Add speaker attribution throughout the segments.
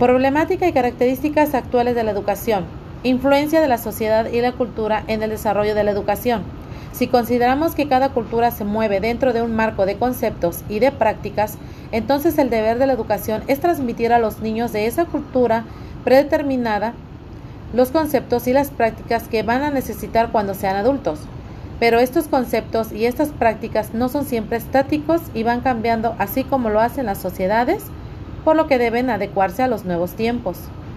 Speaker 1: Problemática y características actuales de la educación. Influencia de la sociedad y la cultura en el desarrollo de la educación. Si consideramos que cada cultura se mueve dentro de un marco de conceptos y de prácticas, entonces el deber de la educación es transmitir a los niños de esa cultura predeterminada los conceptos y las prácticas que van a necesitar cuando sean adultos. Pero estos conceptos y estas prácticas no son siempre estáticos y van cambiando así como lo hacen las sociedades, por lo que deben adecuarse a los nuevos tiempos.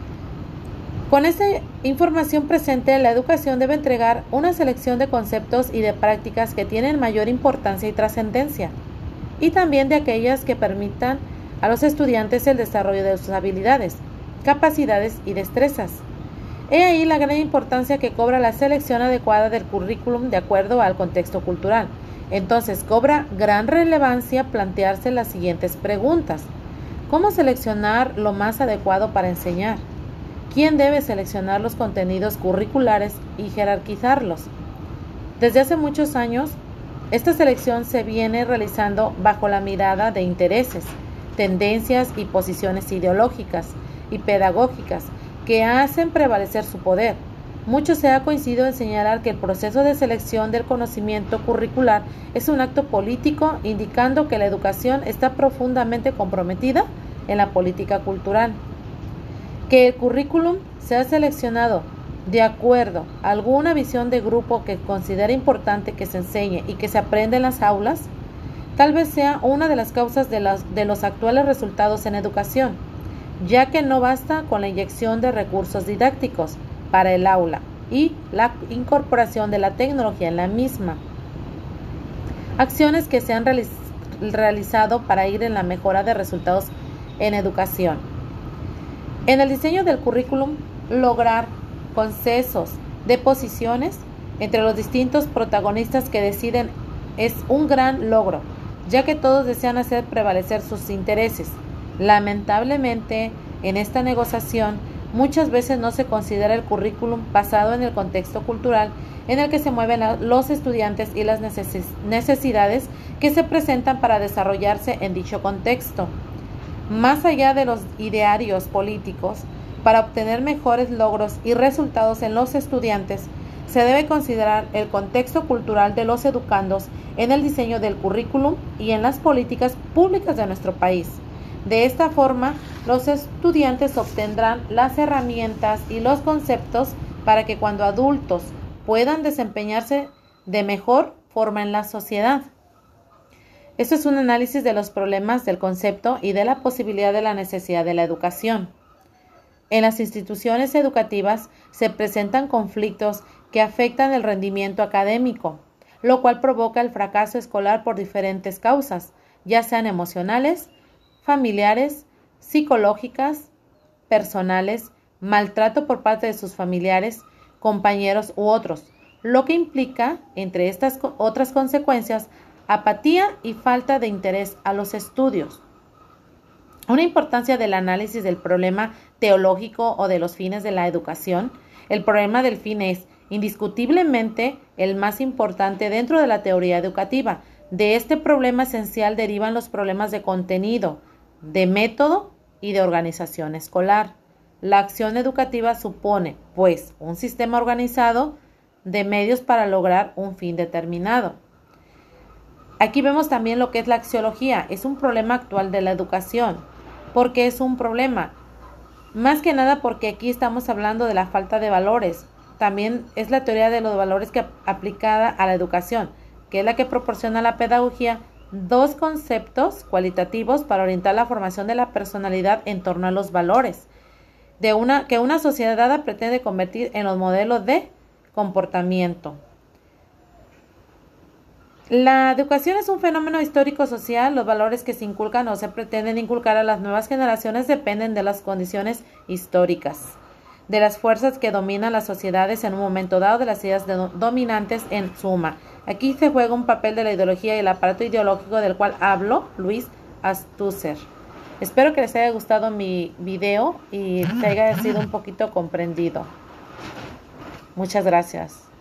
Speaker 1: Con esta información presente, la educación debe entregar una selección de conceptos y de prácticas que tienen mayor importancia y trascendencia, y también de aquellas que permitan a los estudiantes el desarrollo de sus habilidades, capacidades y destrezas. He ahí la gran importancia que cobra la selección adecuada del currículum de acuerdo al contexto cultural. Entonces, cobra gran relevancia plantearse las siguientes preguntas. ¿Cómo seleccionar lo más adecuado para enseñar? ¿Quién debe seleccionar los contenidos curriculares y jerarquizarlos? Desde hace muchos años, esta selección se viene realizando bajo la mirada de intereses, tendencias y posiciones ideológicas y pedagógicas que hacen prevalecer su poder. Mucho se ha coincidido en señalar que el proceso de selección del conocimiento curricular es un acto político, indicando que la educación está profundamente comprometida en la política cultural. Que el currículum sea seleccionado de acuerdo a alguna visión de grupo que considera importante que se enseñe y que se aprenda en las aulas, tal vez sea una de las causas de los actuales resultados en educación, ya que no basta con la inyección de recursos didácticos para el aula y la incorporación de la tecnología en la misma. Acciones que se han realizado para ir en la mejora de resultados en educación. En el diseño del currículum, lograr consensos de posiciones entre los distintos protagonistas que deciden es un gran logro, ya que todos desean hacer prevalecer sus intereses. Lamentablemente, en esta negociación, muchas veces no se considera el currículum basado en el contexto cultural en el que se mueven los estudiantes y las necesidades que se presentan para desarrollarse en dicho contexto. Más allá de los idearios políticos, para obtener mejores logros y resultados en los estudiantes, se debe considerar el contexto cultural de los educandos en el diseño del currículum y en las políticas públicas de nuestro país. De esta forma, los estudiantes obtendrán las herramientas y los conceptos para que cuando adultos puedan desempeñarse de mejor forma en la sociedad. Esto es un análisis de los problemas del concepto y de la posibilidad de la necesidad de la educación. En las instituciones educativas se presentan conflictos que afectan el rendimiento académico, lo cual provoca el fracaso escolar por diferentes causas, ya sean emocionales, familiares, psicológicas, personales, maltrato por parte de sus familiares, compañeros u otros, lo que implica, entre estas otras consecuencias, apatía y falta de interés a los estudios. Una importancia del análisis del problema teológico o de los fines de la educación. El problema del fin es, indiscutiblemente, el más importante dentro de la teoría educativa. De este problema esencial derivan los problemas de contenido, de método y de organización escolar. La acción educativa supone, pues, un sistema organizado de medios para lograr un fin determinado. Aquí vemos también lo que es la axiología. Es un problema actual de la educación. ¿Por qué es un problema? Más que nada porque aquí estamos hablando de la falta de valores. También es la teoría de los valores que aplicada a la educación, que es la que proporciona a la pedagogía dos conceptos cualitativos para orientar la formación de la personalidad en torno a los valores que una sociedad pretende convertir en los modelos de comportamiento. La educación es un fenómeno histórico-social. Los valores que se inculcan o se pretenden inculcar a las nuevas generaciones dependen de las condiciones históricas, de las fuerzas que dominan las sociedades en un momento dado, de las ideas dominantes en suma. Aquí se juega un papel de la ideología y el aparato ideológico del cual habló Louis Althusser. Espero que les haya gustado mi video y que haya sido un poquito comprendido. Muchas gracias.